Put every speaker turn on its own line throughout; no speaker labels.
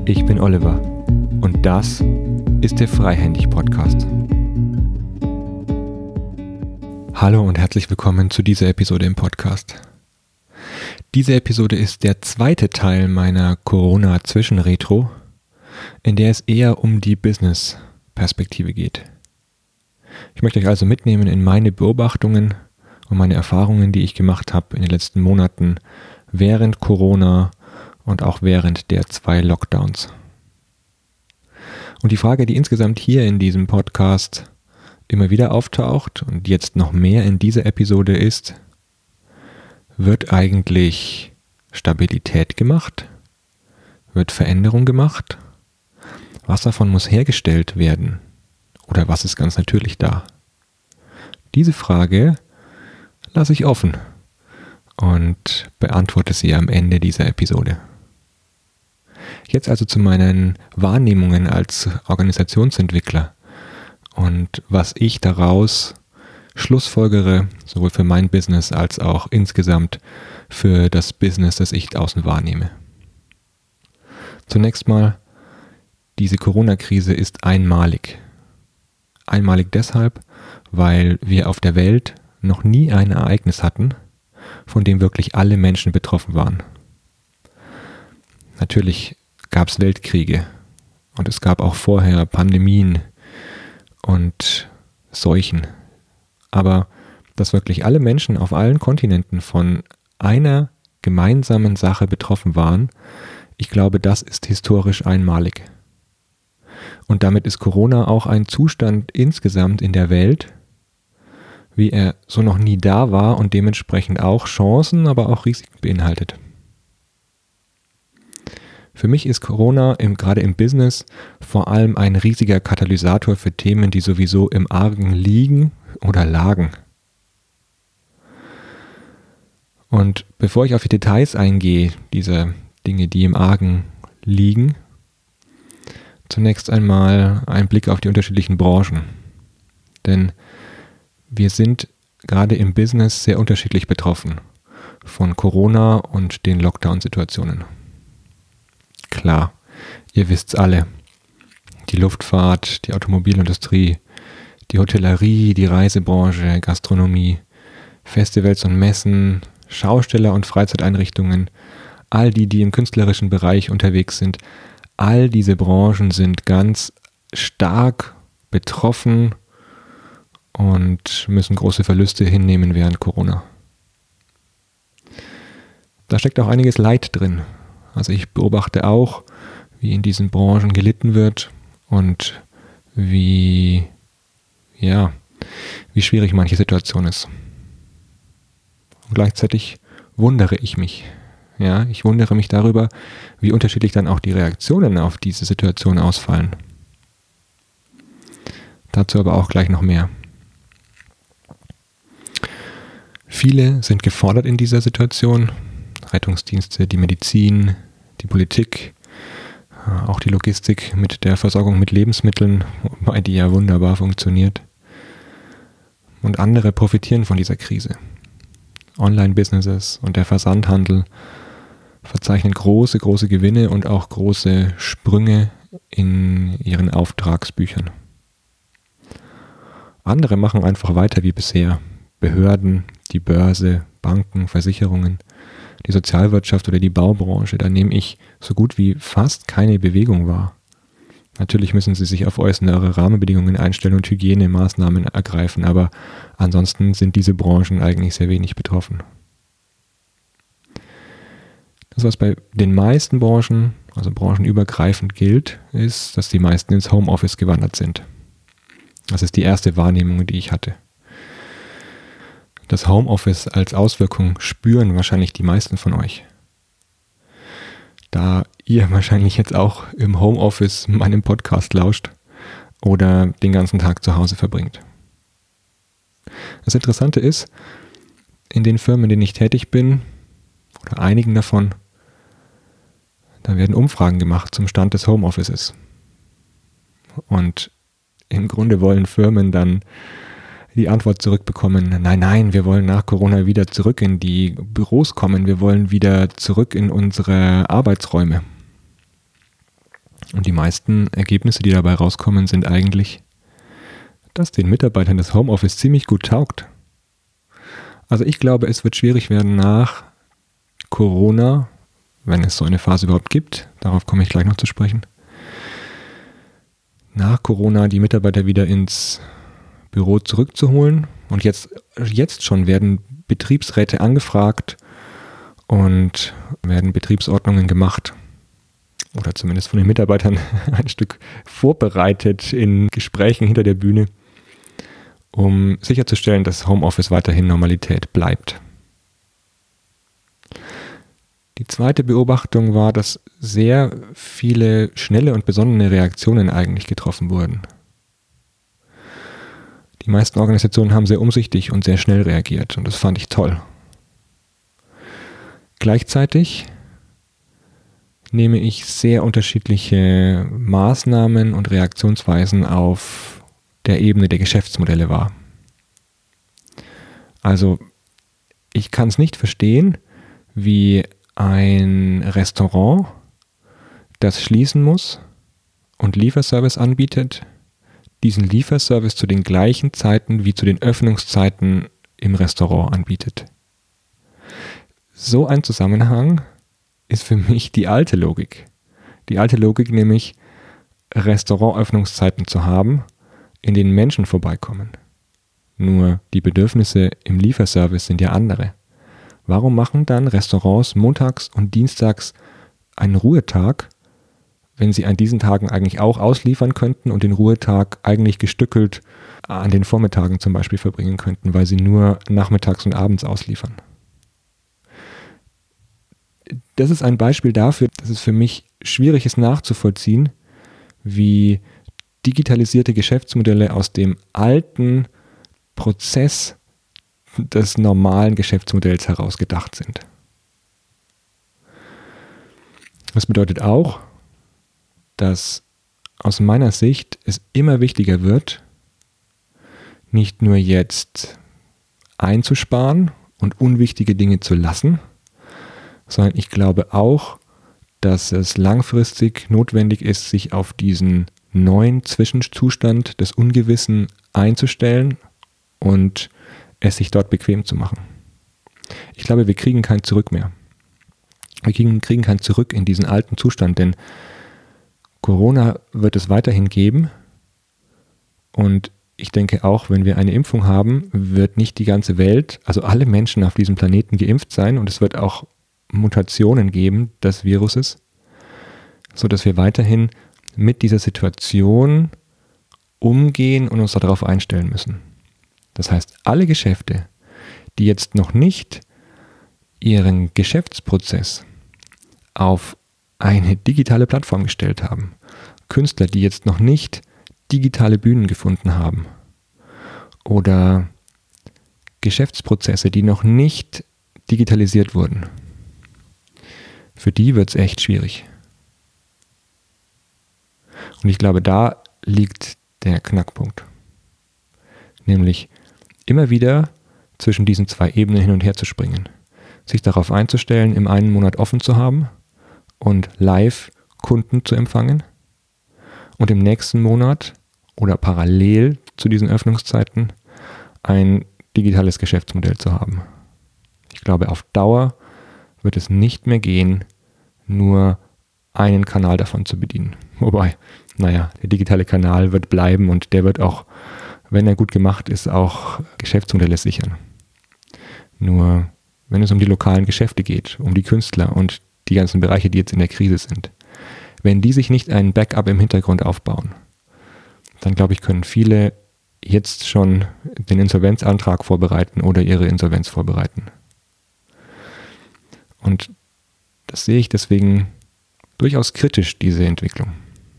Ich bin Oliver und das ist der Freihändig-Podcast. Hallo und herzlich willkommen zu dieser Episode im Podcast. Diese Episode ist der zweite Teil meiner Corona-Zwischenretro, in der es eher um die Business-Perspektive geht. Ich möchte euch also mitnehmen in meine Beobachtungen und meine Erfahrungen, die ich gemacht habe in den letzten Monaten während Corona und auch während der 2 Lockdowns. Und die Frage, die insgesamt hier in diesem Podcast immer wieder auftaucht und jetzt noch mehr in dieser Episode ist: Wird eigentlich Stabilität gemacht? Wird Veränderung gemacht? Was davon muss hergestellt werden? Oder was ist ganz natürlich da? Diese Frage lasse ich offen und beantworte sie am Ende dieser Episode. Jetzt also zu meinen Wahrnehmungen als Organisationsentwickler und was ich daraus schlussfolgere, sowohl für mein Business als auch insgesamt für das Business, das ich außen wahrnehme. Zunächst mal, diese Corona-Krise ist einmalig. Einmalig deshalb, weil wir auf der Welt noch nie ein Ereignis hatten, von dem wirklich alle Menschen betroffen waren. Natürlich gab es Weltkriege und es gab auch vorher Pandemien und Seuchen. Aber dass wirklich alle Menschen auf allen Kontinenten von einer gemeinsamen Sache betroffen waren, ich glaube, das ist historisch einmalig. Und damit ist Corona auch ein Zustand insgesamt in der Welt, wie er so noch nie da war und dementsprechend auch Chancen, aber auch Risiken beinhaltet. Für mich ist Corona gerade im Business vor allem ein riesiger Katalysator für Themen, die sowieso im Argen liegen oder lagen. Und bevor ich auf die Details eingehe, dieser Dinge, die im Argen liegen, zunächst einmal ein Blick auf die unterschiedlichen Branchen. Denn wir sind gerade im Business sehr unterschiedlich betroffen von Corona und den Lockdown-Situationen. Klar, ihr wisst's alle. Die Luftfahrt, die Automobilindustrie, die Hotellerie, die Reisebranche, Gastronomie, Festivals und Messen, Schausteller und Freizeiteinrichtungen, all die im künstlerischen Bereich unterwegs sind, all diese Branchen sind ganz stark betroffen und müssen große Verluste hinnehmen während Corona. Da steckt auch einiges Leid drin. Also ich beobachte auch, wie in diesen Branchen gelitten wird und wie schwierig manche Situation ist. Und gleichzeitig wundere ich mich. Ja, ich wundere mich darüber, wie unterschiedlich dann auch die Reaktionen auf diese Situation ausfallen. Dazu aber auch gleich noch mehr. Viele sind gefordert in dieser Situation. Rettungsdienste, die Medizin, die Politik, auch die Logistik mit der Versorgung mit Lebensmitteln, wobei die ja wunderbar funktioniert. Und andere profitieren von dieser Krise. Online-Businesses und der Versandhandel verzeichnen große Gewinne und auch große Sprünge in ihren Auftragsbüchern. Andere machen einfach weiter wie bisher. Behörden, die Börse, Banken, Versicherungen, die Sozialwirtschaft oder die Baubranche, da nehme ich so gut wie fast keine Bewegung wahr. Natürlich müssen sie sich auf äußere Rahmenbedingungen einstellen und Hygienemaßnahmen ergreifen, aber ansonsten sind diese Branchen eigentlich sehr wenig betroffen. Das, was bei den meisten Branchen, also branchenübergreifend gilt, ist, dass die meisten ins Homeoffice gewandert sind. Das ist die erste Wahrnehmung, die ich hatte. Das Homeoffice als Auswirkung spüren wahrscheinlich die meisten von euch. Da ihr wahrscheinlich jetzt auch im Homeoffice meinem Podcast lauscht oder den ganzen Tag zu Hause verbringt. Das Interessante ist, in den Firmen, in denen ich tätig bin, oder einigen davon, da werden Umfragen gemacht zum Stand des Homeoffices. Und im Grunde wollen Firmen dann die Antwort zurückbekommen: Nein, wir wollen nach Corona wieder zurück in die Büros kommen, wir wollen wieder zurück in unsere Arbeitsräume. Und die meisten Ergebnisse, die dabei rauskommen, sind eigentlich, dass den Mitarbeitern das Homeoffice ziemlich gut taugt. Also ich glaube, es wird schwierig werden nach Corona, wenn es so eine Phase überhaupt gibt, darauf komme ich gleich noch zu sprechen, nach Corona die Mitarbeiter wieder ins Büro zurückzuholen. Und jetzt schon werden Betriebsräte angefragt und werden Betriebsordnungen gemacht oder zumindest von den Mitarbeitern ein Stück vorbereitet in Gesprächen hinter der Bühne, um sicherzustellen, dass Homeoffice weiterhin Normalität bleibt. Die zweite Beobachtung war, dass sehr viele schnelle und besonnene Reaktionen eigentlich getroffen wurden. Die meisten Organisationen haben sehr umsichtig und sehr schnell reagiert und das fand ich toll. Gleichzeitig nehme ich sehr unterschiedliche Maßnahmen und Reaktionsweisen auf der Ebene der Geschäftsmodelle wahr. Also ich kann es nicht verstehen, wie ein Restaurant, das schließen muss und Lieferservice anbietet, diesen Lieferservice zu den gleichen Zeiten wie zu den Öffnungszeiten im Restaurant anbietet. So ein Zusammenhang ist für mich die alte Logik. Die alte Logik, nämlich Restaurantöffnungszeiten zu haben, in denen Menschen vorbeikommen. Nur die Bedürfnisse im Lieferservice sind ja andere. Warum machen dann Restaurants montags und dienstags einen Ruhetag, wenn sie an diesen Tagen eigentlich auch ausliefern könnten und den Ruhetag eigentlich gestückelt an den Vormittagen zum Beispiel verbringen könnten, weil sie nur nachmittags und abends ausliefern? Das ist ein Beispiel dafür, dass es für mich schwierig ist nachzuvollziehen, wie digitalisierte Geschäftsmodelle aus dem alten Prozess des normalen Geschäftsmodells heraus gedacht sind. Das bedeutet auch, dass aus meiner Sicht es immer wichtiger wird, nicht nur jetzt einzusparen und unwichtige Dinge zu lassen, sondern ich glaube auch, dass es langfristig notwendig ist, sich auf diesen neuen Zwischenzustand des Ungewissen einzustellen und es sich dort bequem zu machen. Ich glaube, wir kriegen kein Zurück mehr. Wir kriegen kein Zurück in diesen alten Zustand, denn Corona wird es weiterhin geben und ich denke auch, wenn wir eine Impfung haben, wird nicht die ganze Welt, also alle Menschen auf diesem Planeten geimpft sein und es wird auch Mutationen geben des Viruses, sodass wir weiterhin mit dieser Situation umgehen und uns darauf einstellen müssen. Das heißt, alle Geschäfte, die jetzt noch nicht ihren Geschäftsprozess auf eine digitale Plattform gestellt haben, Künstler, die jetzt noch nicht digitale Bühnen gefunden haben oder Geschäftsprozesse, die noch nicht digitalisiert wurden, für die wird es echt schwierig. Und ich glaube, da liegt der Knackpunkt. Nämlich immer wieder zwischen diesen zwei Ebenen hin und her zu springen. Sich darauf einzustellen, im einen Monat offen zu haben und live Kunden zu empfangen und im nächsten Monat oder parallel zu diesen Öffnungszeiten ein digitales Geschäftsmodell zu haben. Ich glaube, auf Dauer wird es nicht mehr gehen, nur einen Kanal davon zu bedienen. Wobei, der digitale Kanal wird bleiben und der wird auch, wenn er gut gemacht ist, auch Geschäftsmodelle sichern. Nur, wenn es um die lokalen Geschäfte geht, um die Künstler und die ganzen Bereiche, die jetzt in der Krise sind, wenn die sich nicht ein Backup im Hintergrund aufbauen, dann glaube ich, können viele jetzt schon den Insolvenzantrag vorbereiten oder ihre Insolvenz vorbereiten. Und das sehe ich deswegen durchaus kritisch, diese Entwicklung.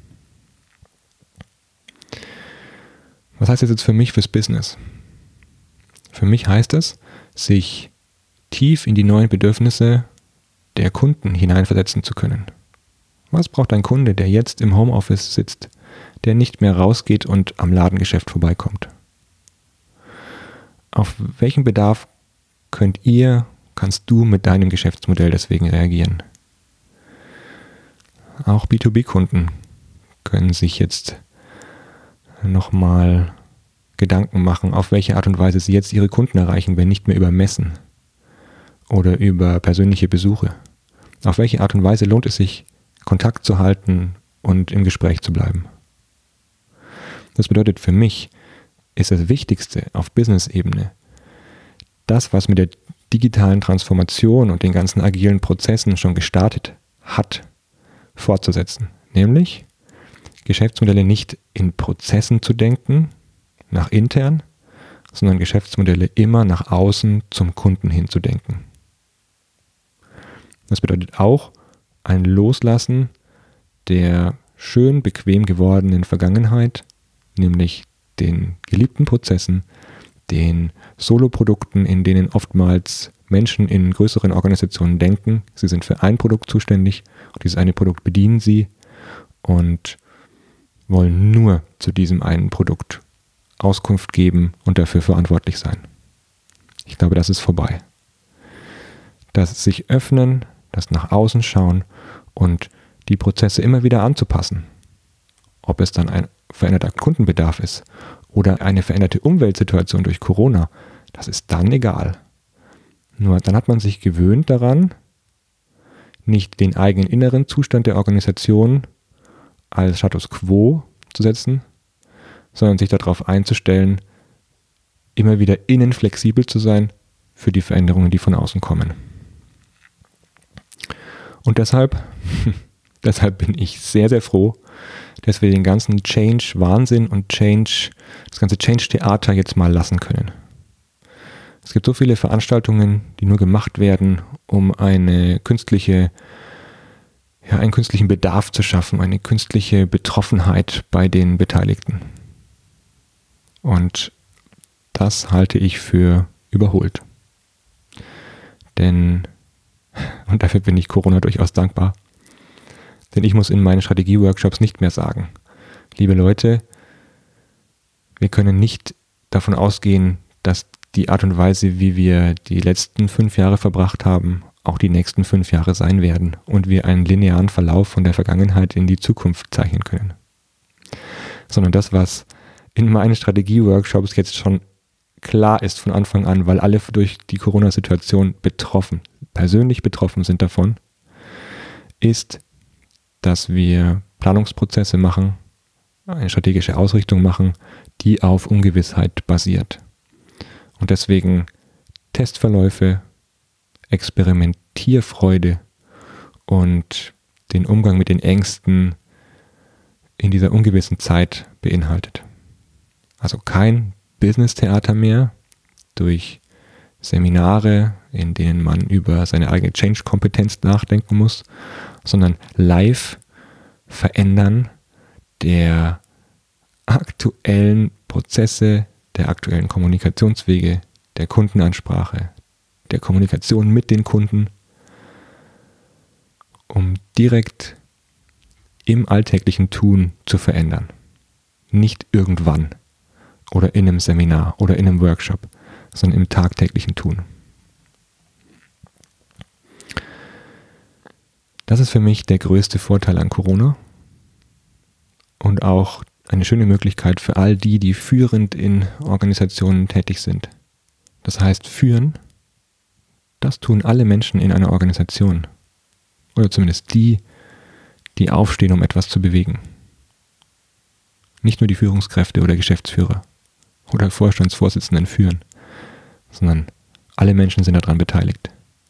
Was heißt das jetzt für mich fürs Business? Für mich heißt es, sich tief in die neuen Bedürfnisse der Kunden hineinversetzen zu können. Was braucht ein Kunde, der jetzt im Homeoffice sitzt, der nicht mehr rausgeht und am Ladengeschäft vorbeikommt? Auf welchen Bedarf kannst du mit deinem Geschäftsmodell deswegen reagieren? Auch B2B-Kunden können sich jetzt nochmal Gedanken machen, auf welche Art und Weise sie jetzt ihre Kunden erreichen, wenn nicht mehr über Messen oder über persönliche Besuche. Auf welche Art und Weise lohnt es sich, Kontakt zu halten und im Gespräch zu bleiben? Das bedeutet, für mich ist das Wichtigste auf Business-Ebene, das, was mit der digitalen Transformation und den ganzen agilen Prozessen schon gestartet hat, fortzusetzen. Nämlich Geschäftsmodelle nicht in Prozessen zu denken, nach intern, sondern Geschäftsmodelle immer nach außen zum Kunden hin zu denken. Das bedeutet auch ein Loslassen der schön bequem gewordenen Vergangenheit, nämlich den geliebten Prozessen, den Soloprodukten, in denen oftmals Menschen in größeren Organisationen denken, sie sind für ein Produkt zuständig und dieses eine Produkt bedienen sie und wollen nur zu diesem einen Produkt Auskunft geben und dafür verantwortlich sein. Ich glaube, das ist vorbei. Das sich öffnen, das nach außen schauen und die Prozesse immer wieder anzupassen. Ob es dann ein veränderter Kundenbedarf ist oder eine veränderte Umweltsituation durch Corona, das ist dann egal. Nur dann hat man sich gewöhnt daran, nicht den eigenen inneren Zustand der Organisation als Status quo zu setzen, sondern sich darauf einzustellen, immer wieder innen flexibel zu sein für die Veränderungen, die von außen kommen. Und deshalb bin ich sehr, sehr froh, dass wir den ganzen Change-Wahnsinn und das ganze Change-Theater jetzt mal lassen können. Es gibt so viele Veranstaltungen, die nur gemacht werden, um einen künstlichen Bedarf zu schaffen, eine künstliche Betroffenheit bei den Beteiligten. Und das halte ich für überholt. Und dafür bin ich Corona durchaus dankbar. Denn ich muss in meinen Strategie-Workshops nicht mehr sagen, liebe Leute, wir können nicht davon ausgehen, dass die Art und Weise, wie wir die letzten 5 Jahre verbracht haben, auch die nächsten 5 Jahre sein werden und wir einen linearen Verlauf von der Vergangenheit in die Zukunft zeichnen können. Sondern das, was in meinen Strategie-Workshops jetzt schon klar ist von Anfang an, weil alle durch die Corona-Situation persönlich betroffen sind davon, ist, dass wir Planungsprozesse machen, eine strategische Ausrichtung machen, die auf Ungewissheit basiert. Und deswegen Testverläufe, Experimentierfreude und den Umgang mit den Ängsten in dieser ungewissen Zeit beinhaltet. Also kein Business-Theater mehr durch Seminare, in denen man über seine eigene Change-Kompetenz nachdenken muss, sondern live verändern der aktuellen Prozesse, der aktuellen Kommunikationswege, der Kundenansprache, der Kommunikation mit den Kunden, um direkt im alltäglichen Tun zu verändern. Nicht irgendwann oder in einem Seminar oder in einem Workshop, sondern im tagtäglichen Tun. Das ist für mich der größte Vorteil an Corona und auch eine schöne Möglichkeit für all die, die führend in Organisationen tätig sind. Das heißt, führen, das tun alle Menschen in einer Organisation. Oder zumindest die aufstehen, um etwas zu bewegen. Nicht nur die Führungskräfte oder Geschäftsführer oder Vorstandsvorsitzenden führen, sondern alle Menschen sind daran beteiligt.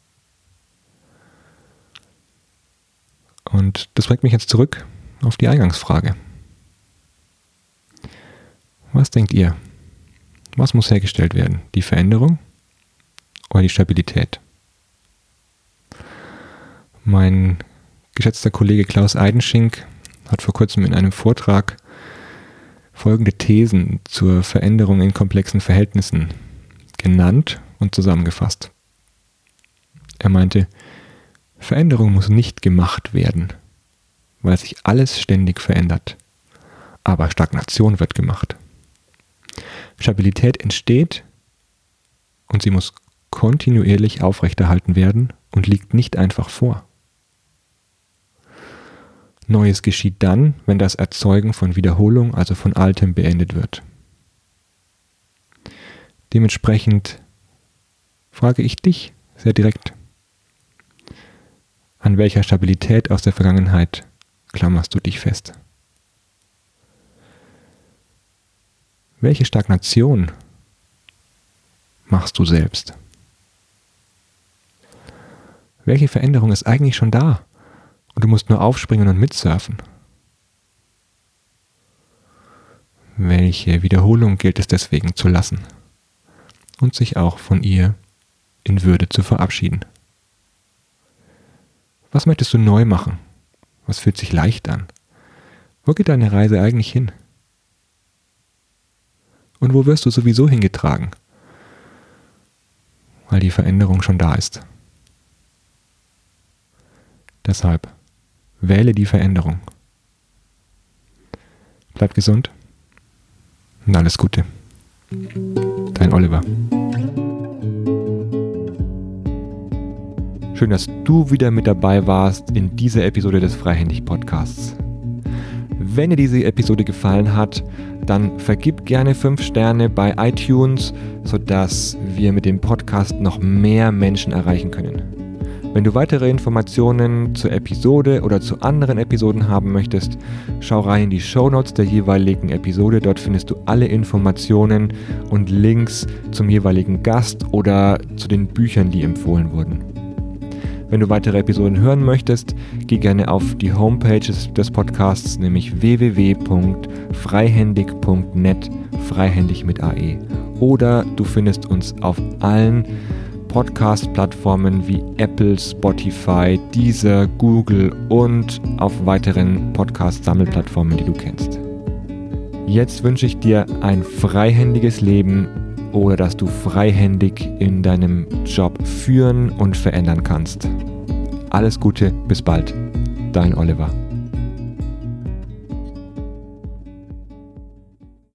Und das bringt mich jetzt zurück auf die Eingangsfrage. Was denkt ihr? Was muss hergestellt werden? Die Veränderung oder die Stabilität? Mein geschätzter Kollege Klaus Eidenschink hat vor kurzem in einem Vortrag folgende Thesen zur Veränderung in komplexen Verhältnissen genannt und zusammengefasst. Er meinte, Veränderung muss nicht gemacht werden, weil sich alles ständig verändert, aber Stagnation wird gemacht. Stabilität entsteht und sie muss kontinuierlich aufrechterhalten werden und liegt nicht einfach vor. Neues geschieht dann, wenn das Erzeugen von Wiederholung, also von Altem, beendet wird. Dementsprechend frage ich dich sehr direkt, an welcher Stabilität aus der Vergangenheit klammerst du dich fest? Welche Stagnation machst du selbst? Welche Veränderung ist eigentlich schon da und du musst nur aufspringen und mitsurfen? Welche Wiederholung gilt es deswegen zu lassen und sich auch von ihr in Würde zu verabschieden? Was möchtest du neu machen? Was fühlt sich leicht an? Wo geht deine Reise eigentlich hin? Und wo wirst du sowieso hingetragen? Weil die Veränderung schon da ist. Deshalb wähle die Veränderung. Bleib gesund und alles Gute. Dein Oliver. Schön, dass du wieder mit dabei warst in dieser Episode des Freihändig-Podcasts. Wenn dir diese Episode gefallen hat, dann vergib gerne 5 Sterne bei iTunes, sodass wir mit dem Podcast noch mehr Menschen erreichen können. Wenn du weitere Informationen zur Episode oder zu anderen Episoden haben möchtest, schau rein in die Shownotes der jeweiligen Episode. Dort findest du alle Informationen und Links zum jeweiligen Gast oder zu den Büchern, die empfohlen wurden. Wenn du weitere Episoden hören möchtest, geh gerne auf die Homepage des Podcasts, nämlich www.freihändig.net, freihändig mit AE. Oder du findest uns auf allen Podcast-Plattformen wie Apple, Spotify, Deezer, Google und auf weiteren Podcast-Sammelplattformen, die du kennst. Jetzt wünsche ich dir ein freihändiges Leben oder dass du freihändig in deinem Job führen und verändern kannst. Alles Gute, bis bald. Dein Oliver.